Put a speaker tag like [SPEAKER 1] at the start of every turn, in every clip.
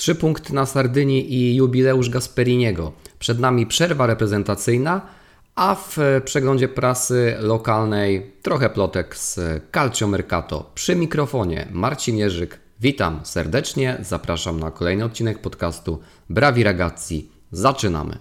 [SPEAKER 1] 3 punkty na Sardynii i jubileusz Gasperiniego. Przed nami przerwa reprezentacyjna, a w przeglądzie prasy lokalnej trochę plotek z Calciomercato. Przy mikrofonie Marcin Jerzyk. Witam serdecznie, zapraszam na kolejny odcinek podcastu Bravi Ragazzi. Zaczynamy!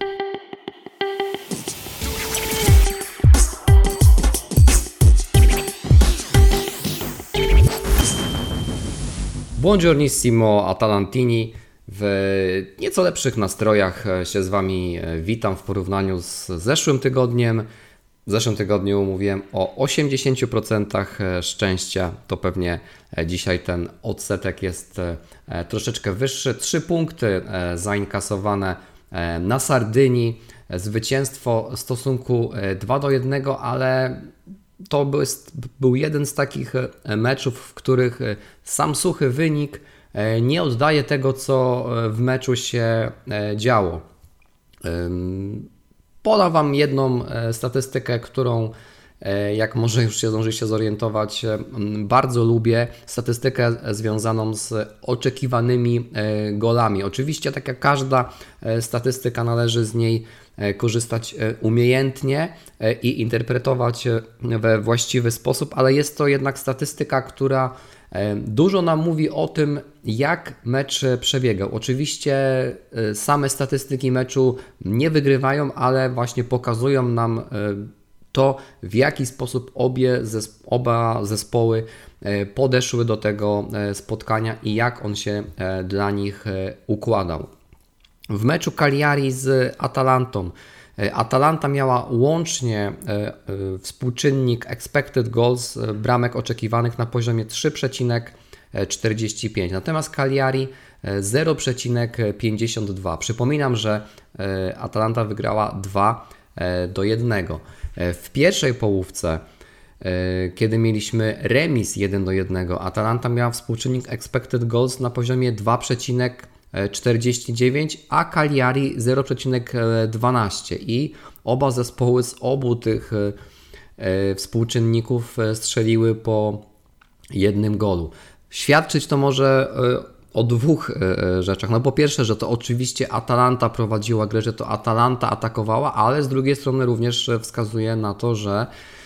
[SPEAKER 1] Buongiornissimo Atalantini. W nieco lepszych nastrojach się z Wami witam w porównaniu z zeszłym tygodniem. W zeszłym tygodniu mówiłem o 80% szczęścia. To pewnie dzisiaj ten odsetek jest troszeczkę wyższy. 3 punkty zainkasowane na Sardynii. Zwycięstwo w stosunku 2-1, ale to był jeden z takich meczów, w których sam suchy wynik nie oddaje tego, co w meczu się działo. Podam Wam jedną statystykę, którą, jak może już się zdążycie zorientować, bardzo lubię. Statystykę związaną z oczekiwanymi golami. Oczywiście, tak jak każda statystyka, należy z niej korzystać umiejętnie i interpretować we właściwy sposób, ale jest to jednak statystyka, która dużo nam mówi o tym, jak mecz przebiegał. Oczywiście same statystyki meczu nie wygrywają, ale właśnie pokazują nam to, w jaki sposób oba zespoły podeszły do tego spotkania i jak on się dla nich układał. W meczu Cagliari z Atalantą Atalanta miała łącznie współczynnik expected goals, bramek oczekiwanych na poziomie 3,45. Natomiast Cagliari 0,52. Przypominam, że Atalanta wygrała 2-1. W pierwszej połówce, kiedy mieliśmy remis 1-1, Atalanta miała współczynnik expected goals na poziomie 2,49, a Cagliari 0,12 i oba zespoły z obu tych współczynników strzeliły po jednym golu. Świadczyć to może o dwóch rzeczach. No po pierwsze, że to oczywiście Atalanta prowadziła grę, że to Atalanta atakowała, ale z drugiej strony również wskazuje na to, że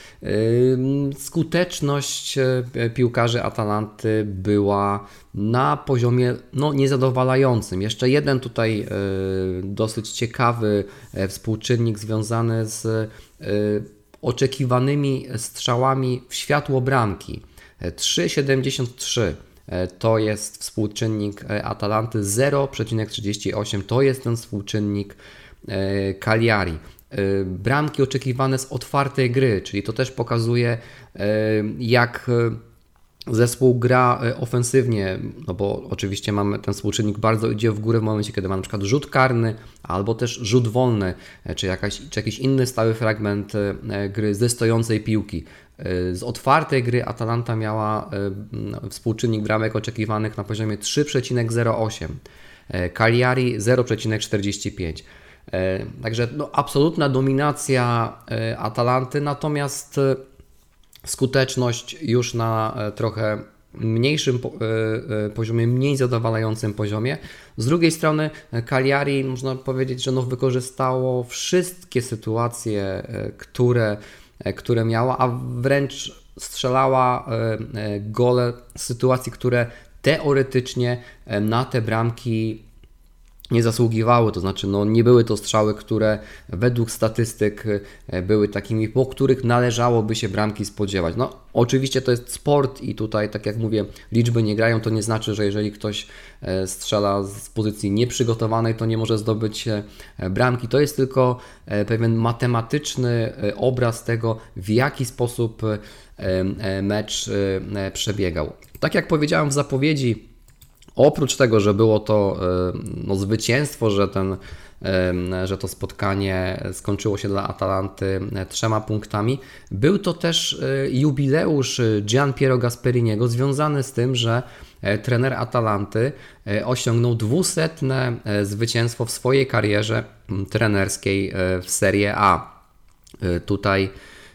[SPEAKER 1] skuteczność piłkarzy Atalanty była na poziomie niezadowalającym. Jeszcze jeden tutaj dosyć ciekawy współczynnik związany z oczekiwanymi strzałami w światło bramki. 3,73 to jest współczynnik Atalanty, 0,38 to jest ten współczynnik Cagliari. Bramki oczekiwane z otwartej gry, czyli to też pokazuje, jak zespół gra ofensywnie, no bo oczywiście mamy ten współczynnik bardzo idzie w górę w momencie, kiedy ma na przykład rzut karny albo też rzut wolny, czy jakiś inny stały fragment gry ze stojącej piłki. Z otwartej gry Atalanta miała współczynnik bramek oczekiwanych na poziomie 3,08, Cagliari 0,45. Także absolutna dominacja Atalanty, natomiast skuteczność już na trochę mniejszym poziomie, mniej zadowalającym poziomie. Z drugiej strony Cagliari, można powiedzieć, że wykorzystało wszystkie sytuacje, które miała, a wręcz strzelała gole z sytuacji, które teoretycznie na te bramki nie zasługiwały, to znaczy nie były to strzały, które według statystyk były takimi, po których należałoby się bramki spodziewać. Oczywiście to jest sport i tutaj, tak jak mówię, liczby nie grają, to nie znaczy, że jeżeli ktoś strzela z pozycji nieprzygotowanej, to nie może zdobyć bramki. To jest tylko pewien matematyczny obraz tego, w jaki sposób mecz przebiegał. Tak jak powiedziałem w zapowiedzi, oprócz tego, że było to zwycięstwo, że to spotkanie skończyło się dla Atalanty 3 punktami, był to też jubileusz Gian Piero Gasperiniego związany z tym, że trener Atalanty osiągnął 200. zwycięstwo w swojej karierze trenerskiej w Serie A. Tutaj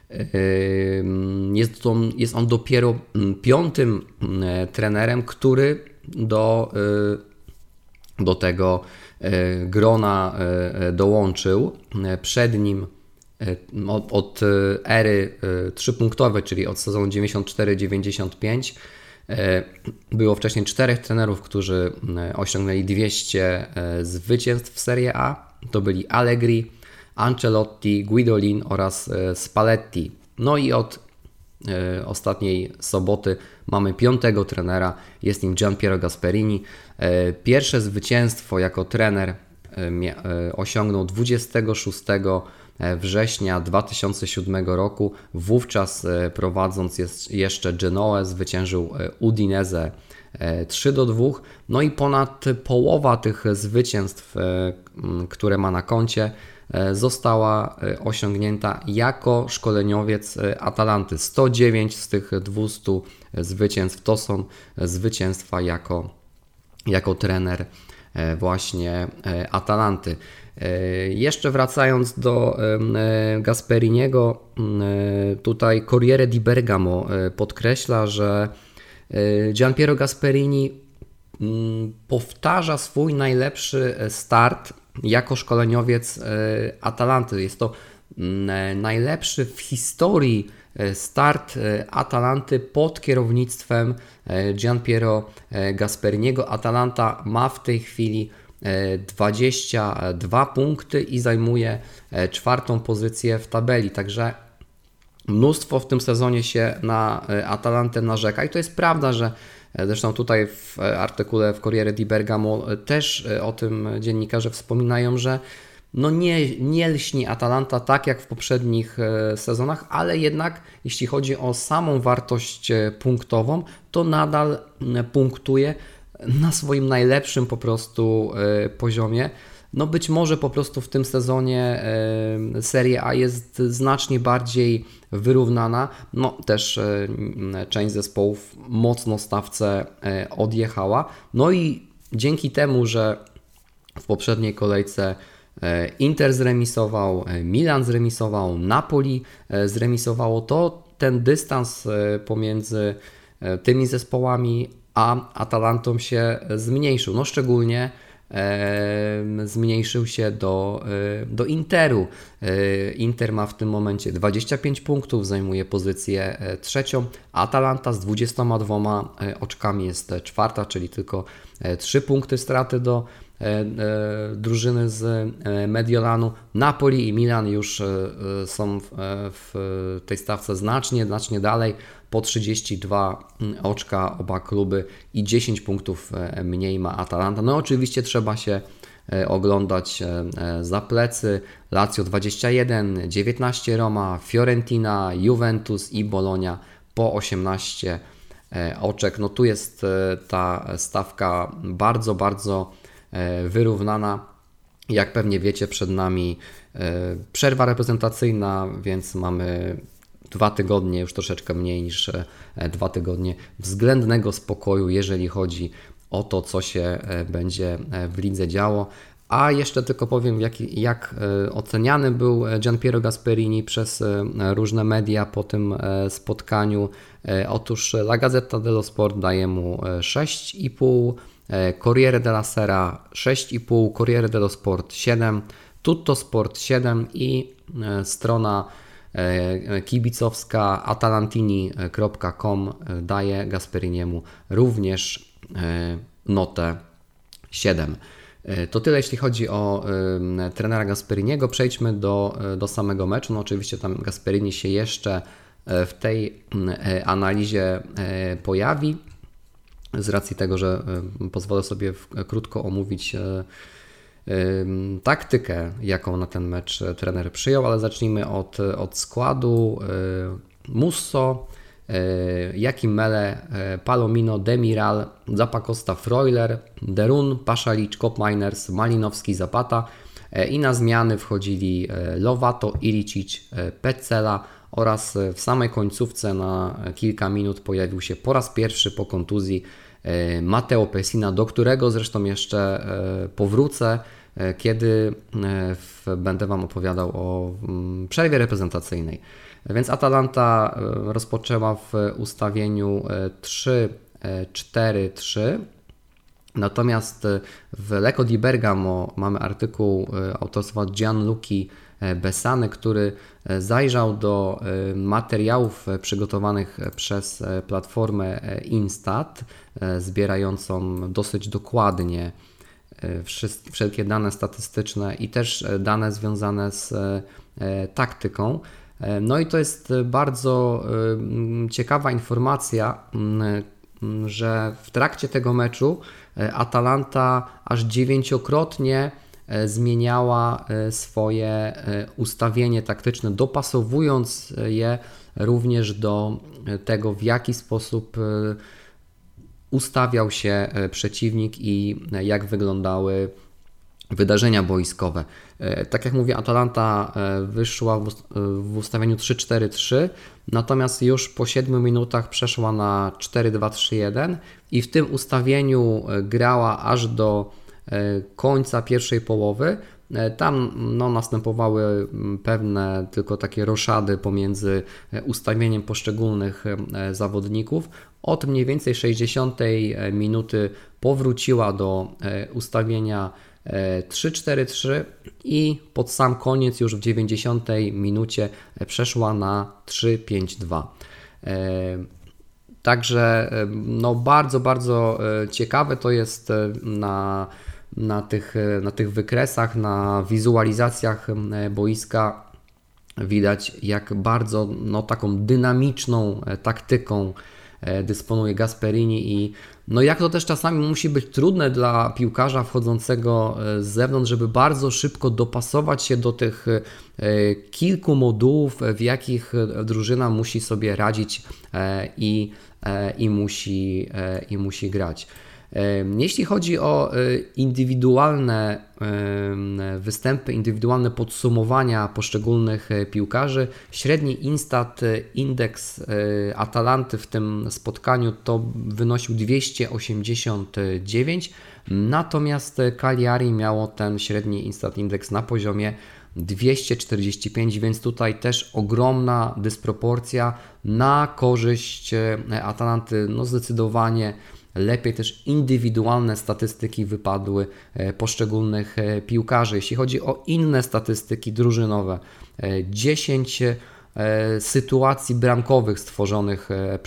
[SPEAKER 1] jest on dopiero 5. trenerem, który do do tego grona dołączył. Przed nim od ery 3-punktowej, czyli od sezonu 94-95, było wcześniej 4 trenerów, którzy osiągnęli 200 zwycięstw w Serie A. To byli Allegri, Ancelotti, Guidolin oraz Spalletti. No i od ostatniej soboty mamy 5. trenera, jest nim Gianpiero Gasperini. Pierwsze zwycięstwo jako trener osiągnął 26 września 2007 roku. Wówczas prowadząc jeszcze Genoę, zwyciężył Udinese 3-2. No i ponad połowa tych zwycięstw, które ma na koncie, została osiągnięta jako szkoleniowiec Atalanty. 109 z tych 200 zwycięstw to są zwycięstwa jako trener właśnie Atalanty. Jeszcze wracając do Gasperiniego, tutaj Corriere di Bergamo podkreśla, że Gianpiero Gasperini powtarza swój najlepszy start jako szkoleniowiec Atalanty. Jest to najlepszy w historii start Atalanty pod kierownictwem Gianpiero Gasperiniego. Atalanta ma w tej chwili 22 punkty i zajmuje 4. pozycję w tabeli, także mnóstwo w tym sezonie się na Atalantę narzeka i to jest prawda, że zresztą tutaj w artykule w Corriere di Bergamo też o tym dziennikarze wspominają, że no nie lśni Atalanta tak jak w poprzednich sezonach, ale jednak jeśli chodzi o samą wartość punktową, to nadal punktuje na swoim najlepszym po prostu poziomie. No być może po prostu w tym sezonie Serie A jest znacznie bardziej wyrównana. No też część zespołów mocno stawce odjechała. No i dzięki temu, że w poprzedniej kolejce Inter zremisował, Milan zremisował, Napoli zremisowało, to ten dystans pomiędzy tymi zespołami a Atalantą się zmniejszył. No szczególnie zmniejszył się do Interu. Inter ma w tym momencie 25 punktów, zajmuje pozycję 3. Atalanta z 22 oczkami jest 4., czyli tylko 3 punkty straty do drużyny z Mediolanu. Napoli i Milan już są w tej stawce znacznie dalej, po 32 oczka oba kluby i 10 punktów mniej ma Atalanta. No oczywiście trzeba się oglądać za plecy. Lazio 21, 19 Roma, Fiorentina, Juventus i Bologna po 18 oczek. No tu jest ta stawka bardzo wyrównana. Jak pewnie wiecie, przed nami przerwa reprezentacyjna, więc mamy 2 tygodnie, już troszeczkę mniej niż 2 tygodnie względnego spokoju, jeżeli chodzi o to, co się będzie w lidze działo. A jeszcze tylko powiem, jak oceniany był Gianpiero Gasperini przez różne media po tym spotkaniu. Otóż La Gazzetta dello Sport daje mu 6,5, Corriere della Sera 6,5, Corriere dello Sport 7, Tutto Sport 7 i strona kibicowska atalantini.com daje Gasperiniemu również notę 7. To tyle jeśli chodzi o trenera Gasperiniego. Przejdźmy do samego meczu. No oczywiście tam Gasperini się jeszcze w tej analizie pojawi, z racji tego, że pozwolę sobie krótko omówić taktykę, jaką na ten mecz trener przyjął, ale zacznijmy od składu. Musso, Joachim Mele, Palomino, Demiral, Zappacosta, Freuler, Derun, Pasalic, Koopmeiners, Malinowski, Zapata i na zmiany wchodzili Lovato, Ilicic, Petzela oraz w samej końcówce na kilka minut pojawił się po raz pierwszy po kontuzji Matteo Pessina, do którego zresztą jeszcze powrócę, kiedy będę Wam opowiadał o przerwie reprezentacyjnej. Więc Atalanta rozpoczęła w ustawieniu 3-4-3 Natomiast w Lecco di Bergamo mamy artykuł autorstwa Gianluigi Besany, który zajrzał do materiałów przygotowanych przez platformę Instat, zbierającą dosyć dokładnie wszelkie dane statystyczne i też dane związane z taktyką. No i to jest bardzo ciekawa informacja, że w trakcie tego meczu Atalanta aż 9-krotnie zmieniała swoje ustawienie taktyczne, dopasowując je również do tego, w jaki sposób ustawiał się przeciwnik i jak wyglądały wydarzenia boiskowe. Tak jak mówię, Atalanta wyszła w ustawieniu 3-4-3, natomiast już po 7 minutach przeszła na 4-2-3-1 i w tym ustawieniu grała aż do końca pierwszej połowy. Tam następowały pewne tylko takie roszady pomiędzy ustawieniem poszczególnych zawodników. Od mniej więcej 60 minuty powróciła do ustawienia 3-4-3 i pod sam koniec już w 90 minucie przeszła na 3-5-2. Także bardzo, bardzo ciekawe to jest na tych wykresach, na wizualizacjach boiska widać, jak bardzo taką dynamiczną taktyką dysponuje Gasperini i jak to też czasami musi być trudne dla piłkarza wchodzącego z zewnątrz, żeby bardzo szybko dopasować się do tych kilku modułów, w jakich drużyna musi sobie radzić i musi grać. Jeśli chodzi o indywidualne występy, indywidualne podsumowania poszczególnych piłkarzy, średni Instat indeks Atalanty w tym spotkaniu to wynosił 289, natomiast Cagliari miało ten średni Instat indeks na poziomie 245, więc tutaj też ogromna dysproporcja na korzyść Atalanty. Zdecydowanie lepiej też indywidualne statystyki wypadły poszczególnych piłkarzy. Jeśli chodzi o inne statystyki drużynowe, 10 sytuacji bramkowych stworzonych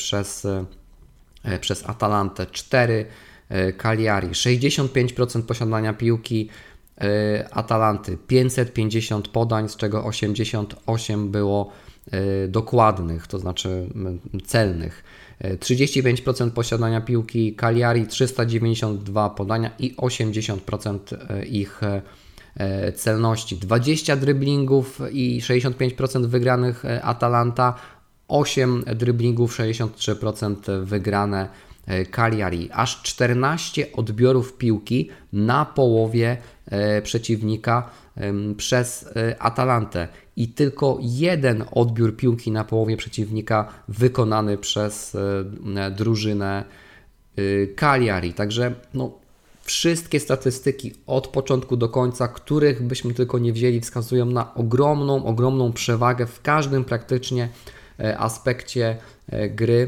[SPEAKER 1] przez Atalantę, 4 Cagliari, 65% posiadania piłki Atalanty, 550 podań, z czego 88 było dokładnych, to znaczy celnych. 35% posiadania piłki Cagliari, 392 podania i 80% ich celności. 20 dryblingów i 65% wygranych Atalanta, 8 dryblingów, 63% wygrane Cagliari. Aż 14 odbiorów piłki na połowie przeciwnika przez Atalantę i tylko jeden odbiór piłki na połowie przeciwnika wykonany przez drużynę Cagliari. Także wszystkie statystyki od początku do końca, których byśmy tylko nie wzięli, wskazują na ogromną przewagę w każdym praktycznie aspekcie gry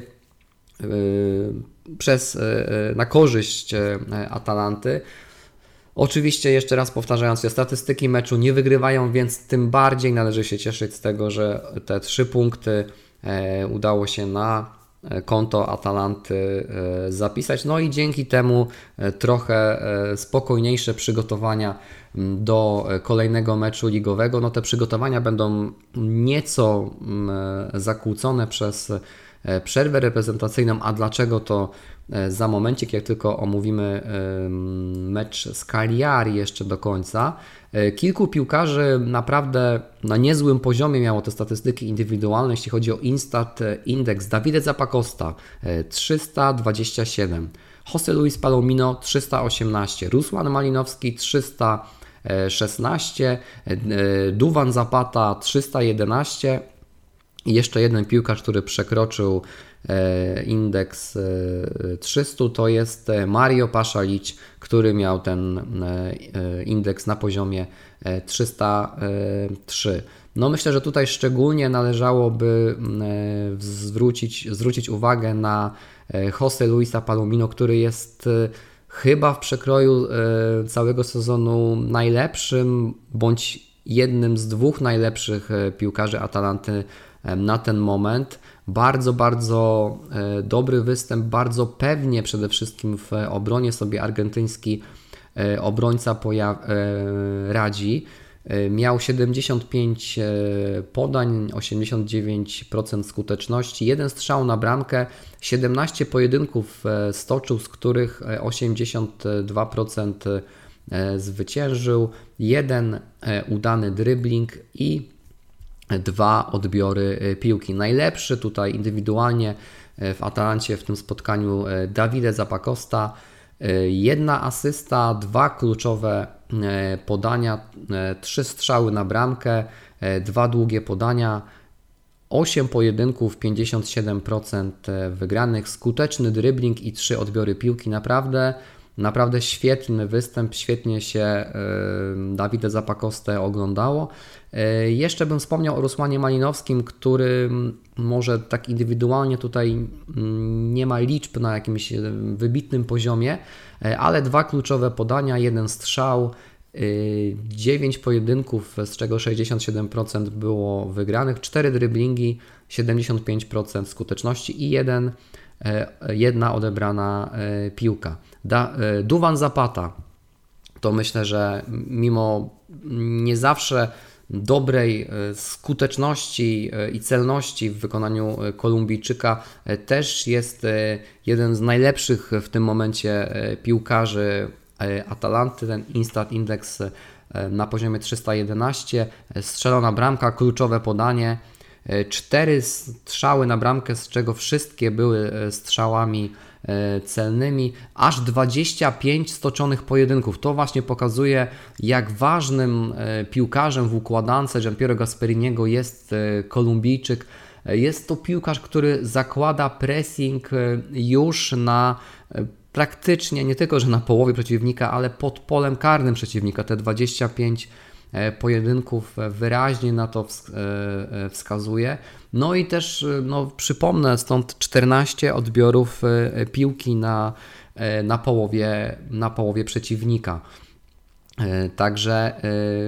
[SPEAKER 1] na korzyść Atalanty. Oczywiście, jeszcze raz powtarzając się, statystyki meczu nie wygrywają, więc tym bardziej należy się cieszyć z tego, że te 3 punkty udało się na konto Atalanty zapisać. I dzięki temu trochę spokojniejsze przygotowania do kolejnego meczu ligowego. Te przygotowania będą nieco zakłócone przez przerwę reprezentacyjną, a dlaczego to za momencik, jak tylko omówimy mecz z Cagliari jeszcze do końca. Kilku piłkarzy naprawdę na niezłym poziomie miało te statystyki indywidualne, jeśli chodzi o Instat Index. Davide Zappacosta 327, José Luis Palomino 318, Ruslan Malinowski 316, Duvan Zapata 311 i jeszcze jeden piłkarz, który przekroczył indeks 300, to jest Mario Pasalic, który miał ten indeks na poziomie 303. Myślę, że tutaj szczególnie należałoby zwrócić uwagę na José Luisa Palomino, który jest chyba w przekroju całego sezonu najlepszym, bądź jednym z dwóch najlepszych piłkarzy Atalanty na ten moment. Bardzo, bardzo dobry występ, bardzo pewnie przede wszystkim w obronie sobie argentyński obrońca radzi. Miał 75 podań, 89% skuteczności, jeden strzał na bramkę, 17 pojedynków stoczył, z których 82% zwyciężył, jeden udany dribbling i 2 odbiory piłki. Najlepszy tutaj indywidualnie w Atalancie w tym spotkaniu Davide Zappacosta, 1 asysta, 2 kluczowe podania, 3 strzały na bramkę, 2 długie podania, 8 pojedynków, 57% wygranych, skuteczny dribbling i 3 odbiory piłki. Naprawdę świetny występ, świetnie się Davide Zappacostę oglądało. Jeszcze bym wspomniał o Rusłanie Malinowskim, który może tak indywidualnie tutaj nie ma liczb na jakimś wybitnym poziomie, ale 2 kluczowe podania, 1 strzał, 9 pojedynków, z czego 67% było wygranych, 4 driblingi, 75% skuteczności i jedna odebrana piłka. Duvan Zapata to myślę, że mimo nie zawsze dobrej skuteczności i celności w wykonaniu Kolumbijczyka też jest jeden z najlepszych w tym momencie piłkarzy Atalanty. Ten Instat Index na poziomie 311, strzelona bramka, kluczowe podanie, 4 strzały na bramkę, z czego wszystkie były strzałami celnymi, aż 25 stoczonych pojedynków. To właśnie pokazuje, jak ważnym piłkarzem w układance Gianpiero Gasperiniego jest Kolumbijczyk. Jest to piłkarz, który zakłada pressing już na praktycznie nie tylko, że na połowie przeciwnika, ale pod polem karnym przeciwnika. Te 25 pojedynków wyraźnie na to wskazuje. No i też przypomnę, stąd 14 odbiorów piłki na połowie przeciwnika. Także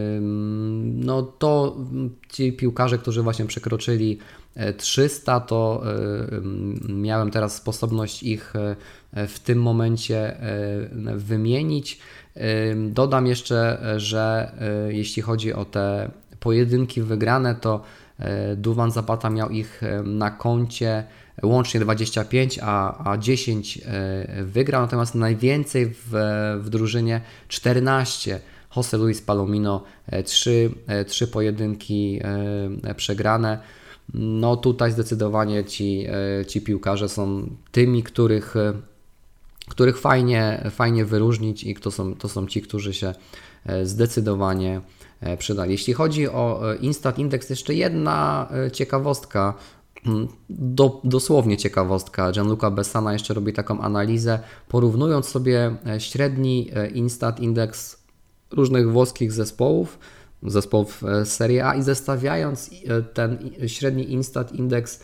[SPEAKER 1] to ci piłkarze, którzy właśnie przekroczyli 300, to miałem teraz sposobność ich w tym momencie wymienić. Dodam jeszcze, że jeśli chodzi o te pojedynki wygrane, to Duvan Zapata miał ich na koncie łącznie 25, a 10 wygrał, natomiast najwięcej w drużynie 14. José Luis Palomino, 3 pojedynki przegrane. No tutaj zdecydowanie ci piłkarze są tymi, których fajnie wyróżnić i to są ci, którzy się zdecydowanie przydali. Jeśli chodzi o Instat Index, jeszcze jedna ciekawostka, dosłownie ciekawostka. Gianluca Bessana jeszcze robi taką analizę, porównując sobie średni Instat Index różnych włoskich zespołów Serie A i zestawiając ten średni Instat Index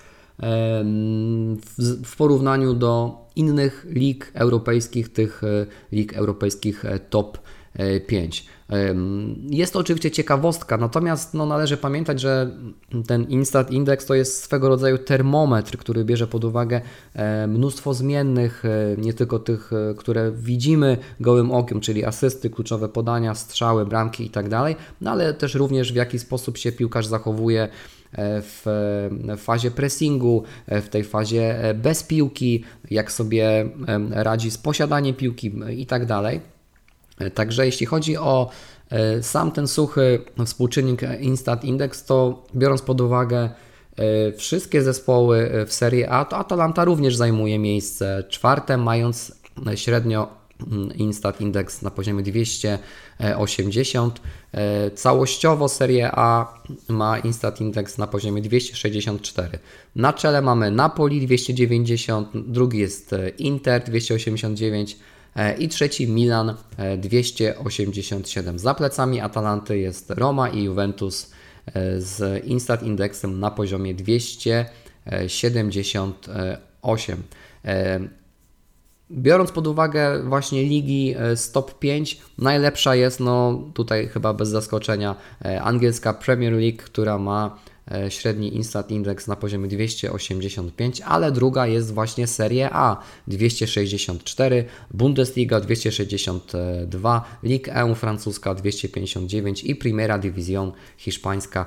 [SPEAKER 1] w porównaniu do innych lig europejskich, tych lig europejskich top 5. Jest to oczywiście ciekawostka, natomiast należy pamiętać, że ten Instat Index to jest swego rodzaju termometr, który bierze pod uwagę mnóstwo zmiennych, nie tylko tych, które widzimy gołym okiem, czyli asysty, kluczowe podania, strzały, bramki itd., ale też również w jaki sposób się piłkarz zachowuje w fazie pressingu, w tej fazie bez piłki, jak sobie radzi z posiadaniem piłki itd. Także jeśli chodzi o sam ten suchy współczynnik Instat Index, to biorąc pod uwagę wszystkie zespoły w Serie A, to Atalanta również zajmuje miejsce 4, mając średnio Instat Index na poziomie 280. Całościowo Serie A ma Instat Index na poziomie 264. Na czele mamy Napoli 290, drugi jest Inter 289 i trzeci Milan 287. Za plecami Atalanty jest Roma i Juventus z Instat Indexem na poziomie 278. biorąc pod uwagę właśnie ligi z top 5, najlepsza jest, no tutaj chyba bez zaskoczenia, angielska Premier League, która ma średni Instat Index na poziomie 285, ale druga jest właśnie Serie A 264, Bundesliga 262, Ligue 1 francuska 259 i Primera División hiszpańska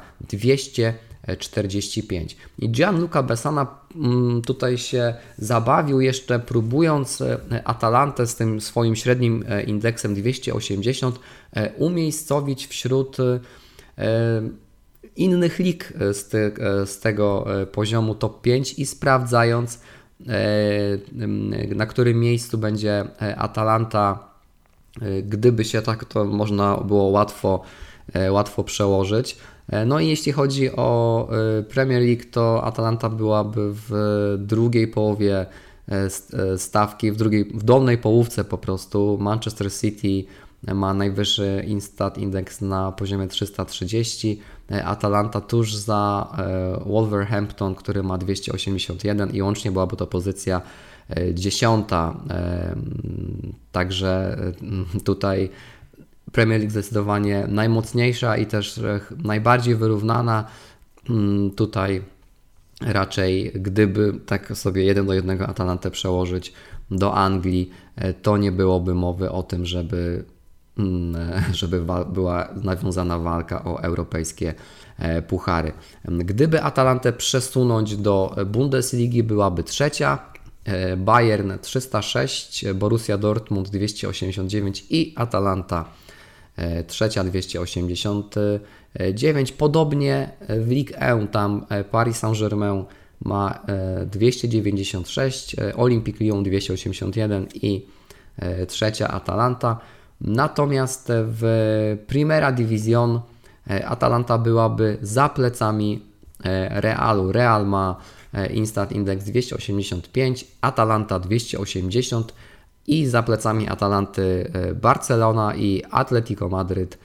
[SPEAKER 1] 245. I Gianluca Besana tutaj się zabawił jeszcze, próbując Atalantę z tym swoim średnim indeksem 280 umiejscowić wśród innych lig z tego poziomu top 5 i sprawdzając, na którym miejscu będzie Atalanta, gdyby się tak to można było łatwo przełożyć. No i jeśli chodzi o Premier League, to Atalanta byłaby w drugiej połowie stawki, w dolnej połówce po prostu. Manchester City ma najwyższy Instat Index na poziomie 330, Atalanta tuż za Wolverhampton, który ma 281 i łącznie byłaby to pozycja 10. Także tutaj Premier League zdecydowanie najmocniejsza i też najbardziej wyrównana. Tutaj raczej gdyby tak sobie 1:1 Atalantę przełożyć do Anglii, to nie byłoby mowy o tym, żeby była nawiązana walka o europejskie puchary. Gdyby Atalantę przesunąć do Bundesligi, byłaby trzecia, Bayern 306, Borussia Dortmund 289 i Atalanta trzecia 289. Podobnie w Ligue 1 tam Paris Saint-Germain ma 296, Olympique Lyon 281 i trzecia Atalanta. Natomiast w Primera División Atalanta byłaby za plecami Realu. Real ma Instat Index 285, Atalanta 280 i za plecami Atalanty Barcelona i Atletico Madryt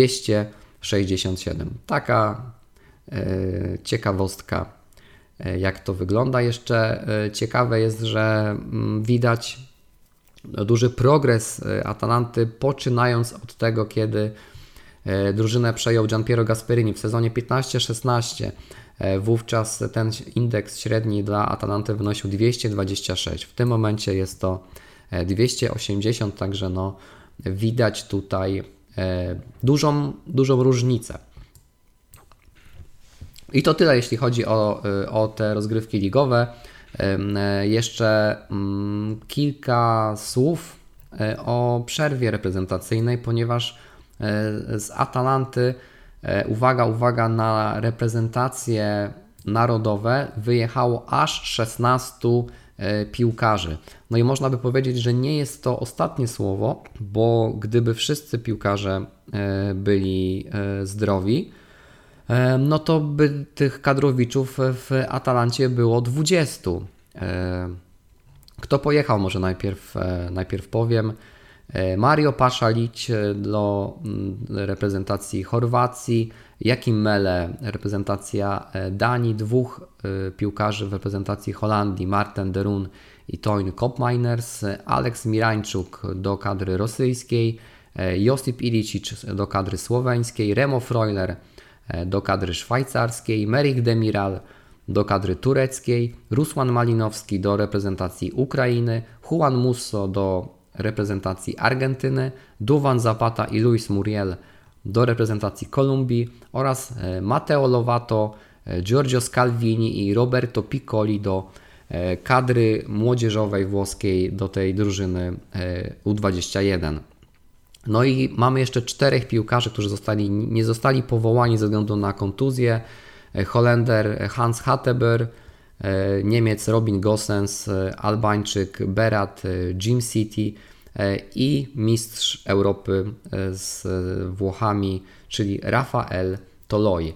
[SPEAKER 1] 267. Taka ciekawostka, jak to wygląda. Jeszcze ciekawe jest, że widać duży progres Atalanty, poczynając od tego, kiedy drużynę przejął Gianpiero Gasperini w sezonie 15-16. Wówczas ten indeks średni dla Atalanty wynosił 226. W tym momencie jest to 280, także no widać tutaj dużą różnicę. I to tyle, jeśli chodzi o te rozgrywki ligowe. Jeszcze kilka słów o przerwie reprezentacyjnej, ponieważ z Atalanty, uwaga, na reprezentacje narodowe wyjechało aż 16 piłkarzy. No i można by powiedzieć, że nie jest to ostatnie słowo, bo gdyby wszyscy piłkarze byli zdrowi, no to by tych kadrowiczów w Atalancie było 20. Kto pojechał? Może najpierw powiem. Mario Pasalic do reprezentacji Chorwacji, Jakim Mele reprezentacja Danii, 2 piłkarzy w reprezentacji Holandii, Marten de Roon i Toyn Koopmeiners, Alex Mirańczuk do kadry rosyjskiej, Josip Ilicic do kadry słoweńskiej, Remo Freuler do kadry szwajcarskiej, Merih Demiral do kadry tureckiej, Ruslan Malinowski do reprezentacji Ukrainy, Juan Musso do reprezentacji Argentyny, Duvan Zapata i Luis Muriel do reprezentacji Kolumbii oraz Matteo Lovato, Giorgio Scalvini i Roberto Piccoli do kadry młodzieżowej włoskiej, do tej drużyny U21. No i mamy jeszcze 4 piłkarzy, którzy nie zostali powołani ze względu na kontuzję. Holender Hans Hatteber, Niemiec Robin Gosens, Albańczyk Berat Jim City i mistrz Europy z Włochami, czyli Rafael Toloi.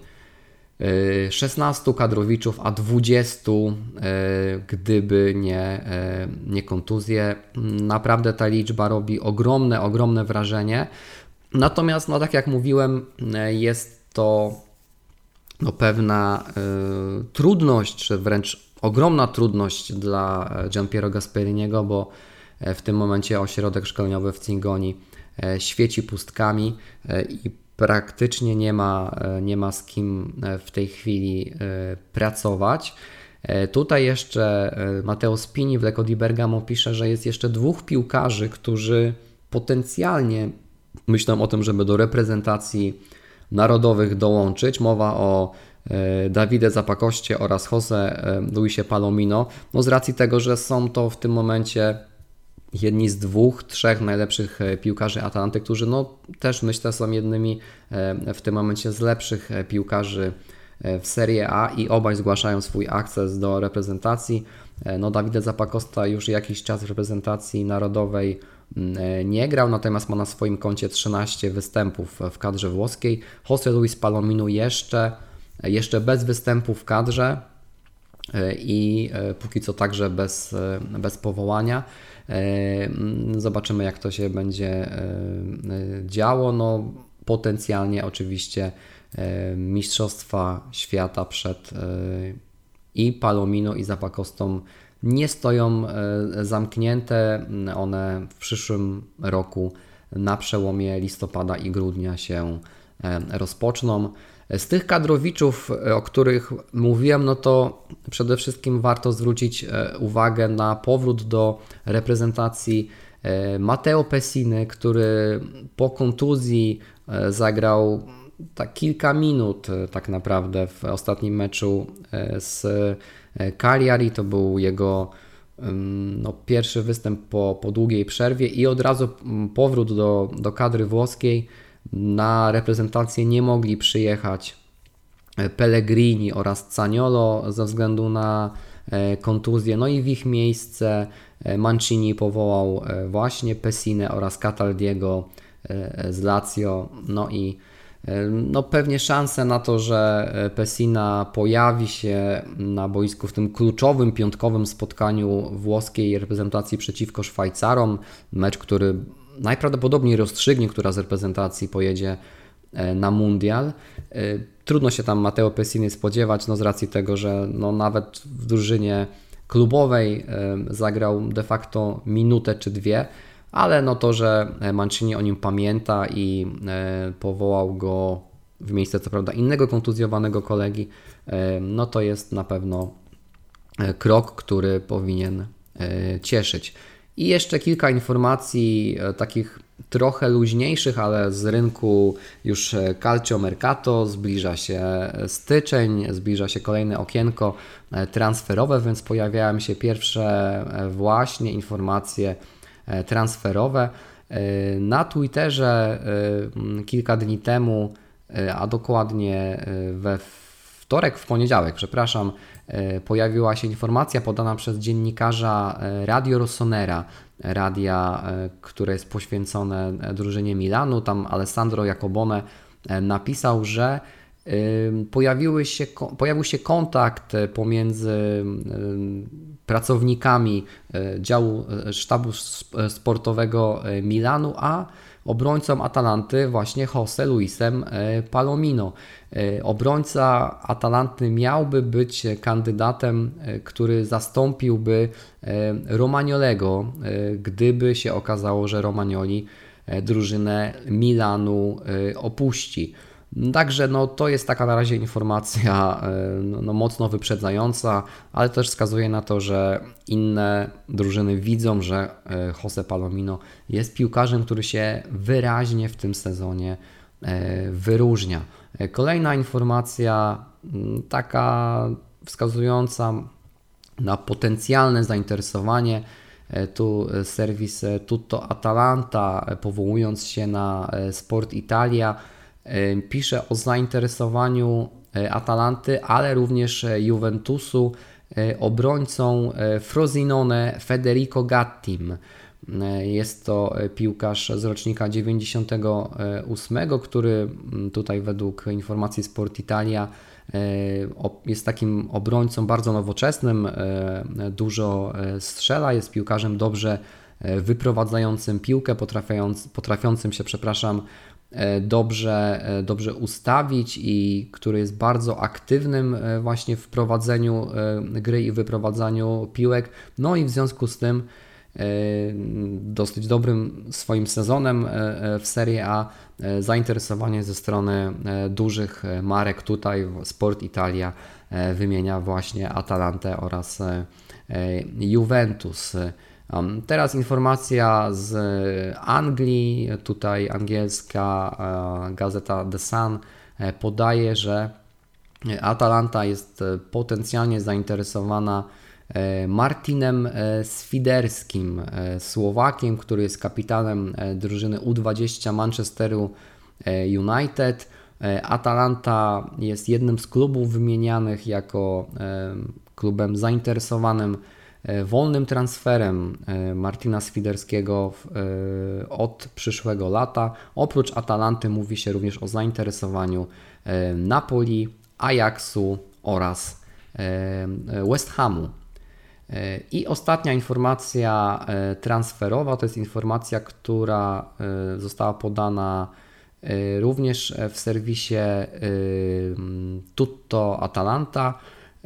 [SPEAKER 1] 16 kadrowiczów, a 20 gdyby nie kontuzje. Naprawdę ta liczba robi ogromne wrażenie. Natomiast, no tak jak mówiłem, jest to pewna trudność, czy wręcz ogromna trudność dla Gianpiero Gasperiniego, bo W tym momencie ośrodek szkoleniowy w Cingoni świeci pustkami i praktycznie nie ma z kim w tej chwili pracować. Tutaj jeszcze Matteo Spini w Lecco di Bergamo pisze, że jest jeszcze 2 piłkarzy, którzy potencjalnie myślą o tym, żeby do reprezentacji narodowych dołączyć. Mowa o Davide Zappacoście oraz Jose Luisie Palomino. No z racji tego, że są to w tym momencie jedni z 2-3 najlepszych piłkarzy Atalanty, którzy też myślę są jednymi w tym momencie z lepszych piłkarzy w Serie A i obaj zgłaszają swój akces do reprezentacji. Davide Zappacosta już jakiś czas w reprezentacji narodowej nie grał, natomiast ma na swoim koncie 13 występów w kadrze włoskiej. Jose Luis Palomino jeszcze bez występu w kadrze i póki co także bez powołania. Zobaczymy, jak to się będzie działo. Potencjalnie oczywiście Mistrzostwa Świata przed i Palomino i Zappacostą nie stoją zamknięte. One w przyszłym roku na przełomie listopada i grudnia się rozpoczną. Z tych kadrowiczów, o których mówiłem, to przede wszystkim warto zwrócić uwagę na powrót do reprezentacji Matteo Pessiny, który po kontuzji zagrał kilka minut tak naprawdę w ostatnim meczu z Cagliari. To był jego pierwszy występ po długiej przerwie i od razu powrót do kadry włoskiej. Na reprezentację nie mogli przyjechać Pellegrini oraz Zaniolo ze względu na kontuzję. I w ich miejsce Mancini powołał właśnie Pessinę oraz Cataldiego z Lazio. Pewnie szanse na to, że Pessina pojawi się na boisku w tym kluczowym piątkowym spotkaniu włoskiej reprezentacji przeciwko Szwajcarom. Mecz, który najprawdopodobniej rozstrzygnie, która z reprezentacji pojedzie na mundial. Trudno się tam Matteo Pessiny spodziewać, z racji tego, że nawet w drużynie klubowej zagrał de facto minutę czy 2, ale to, że Mancini o nim pamięta i powołał go w miejsce co prawda innego kontuzjowanego kolegi, to jest na pewno krok, który powinien cieszyć. I jeszcze kilka informacji takich trochę luźniejszych, ale z rynku już Calcio Mercato. Zbliża się styczeń, zbliża się kolejne okienko transferowe, więc pojawiają się pierwsze właśnie informacje transferowe. Na Twitterze kilka dni temu, a dokładnie w poniedziałek, pojawiła się informacja podana przez dziennikarza Radio Rossonera, radia, które jest poświęcone drużynie Milanu. Tam Alessandro Jacobone napisał, że pojawił się kontakt pomiędzy pracownikami działu sztabu sportowego Milanu a obrońcą Atalanty właśnie Jose Luisem Palomino. Obrońca Atalanty miałby być kandydatem, który zastąpiłby Romagnolego, gdyby się okazało, że Romagnoli drużynę Milanu opuści. Także to jest taka na razie informacja mocno wyprzedzająca, ale też wskazuje na to, że inne drużyny widzą, że Jose Palomino jest piłkarzem, który się wyraźnie w tym sezonie wyróżnia. Kolejna informacja, taka wskazująca na potencjalne zainteresowanie. Tu serwis Tutto Atalanta, powołując się na Sport Italia, pisze o zainteresowaniu Atalanty, ale również Juventusu obrońcą Frosinone Federico Gattim. Jest to piłkarz z rocznika 98, który tutaj według informacji Sport Italia jest takim obrońcą bardzo nowoczesnym, dużo strzela, jest piłkarzem dobrze wyprowadzającym piłkę, potrafiącym się, dobrze ustawić i który jest bardzo aktywnym właśnie w prowadzeniu gry i wyprowadzaniu piłek. I w związku z tym dosyć dobrym swoim sezonem w Serie A. Zainteresowanie ze strony dużych marek tutaj Sport Italia wymienia właśnie Atalantę oraz Juventus. Teraz informacja z Anglii, tutaj angielska gazeta The Sun podaje, że Atalanta jest potencjalnie zainteresowana Martinem Swiderskim, Słowakiem, który jest kapitanem drużyny U20 Manchesteru United. Atalanta jest jednym z klubów wymienianych jako klubem zainteresowanym wolnym transferem Martina Swiderskiego od przyszłego lata. Oprócz Atalanty mówi się również o zainteresowaniu Napoli, Ajaxu oraz West Hamu. I ostatnia informacja transferowa to jest informacja, która została podana również w serwisie Tutto Atalanta.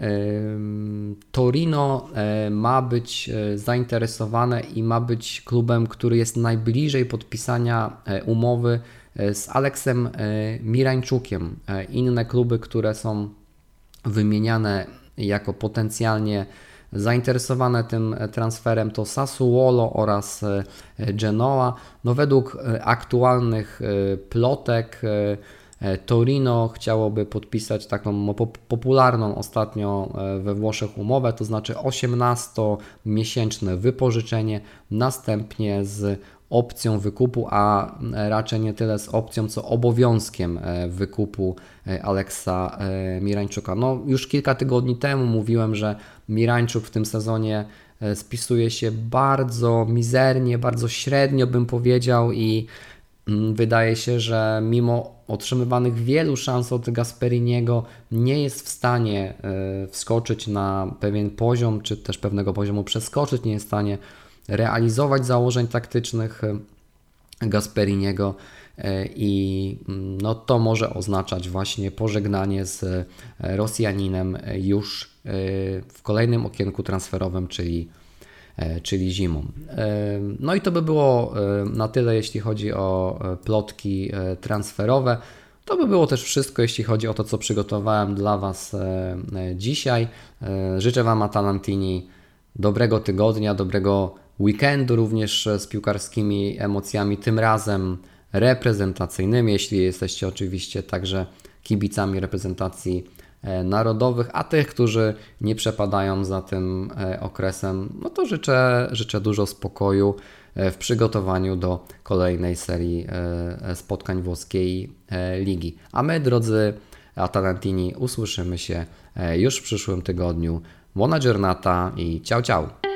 [SPEAKER 1] Torino ma być zainteresowane i ma być klubem, który jest najbliżej podpisania umowy z Aleksem Mirańczukiem. Inne kluby, które są wymieniane jako potencjalnie zainteresowane tym transferem to Sassuolo oraz Genoa. No według aktualnych plotek Torino chciałoby podpisać taką popularną ostatnio we Włoszech umowę, to znaczy 18-miesięczne wypożyczenie, następnie z opcją wykupu, a raczej nie tyle z opcją, co obowiązkiem wykupu Aleksa Mirańczuka. No, już kilka tygodni temu mówiłem, że Mirańczuk w tym sezonie spisuje się bardzo mizernie, bardzo średnio bym powiedział i wydaje się, że mimo otrzymywanych wielu szans od Gasperiniego nie jest w stanie wskoczyć na pewien poziom, czy też pewnego poziomu przeskoczyć, nie jest w stanie realizować założeń taktycznych Gasperiniego i no to może oznaczać właśnie pożegnanie z Rosjaninem już w kolejnym okienku transferowym, czyli zimą. No i to by było na tyle, jeśli chodzi o plotki transferowe. To by było też wszystko, jeśli chodzi o to, co przygotowałem dla Was dzisiaj. Życzę Wam, Atalantini, dobrego tygodnia, dobrego weekendu również z piłkarskimi emocjami, tym razem reprezentacyjnymi, jeśli jesteście oczywiście także kibicami reprezentacji narodowych, a tych, którzy nie przepadają za tym okresem, no to życzę dużo spokoju w przygotowaniu do kolejnej serii spotkań włoskiej ligi. A my, drodzy Atalantini, usłyszymy się już w przyszłym tygodniu. Buona giornata i ciao ciao!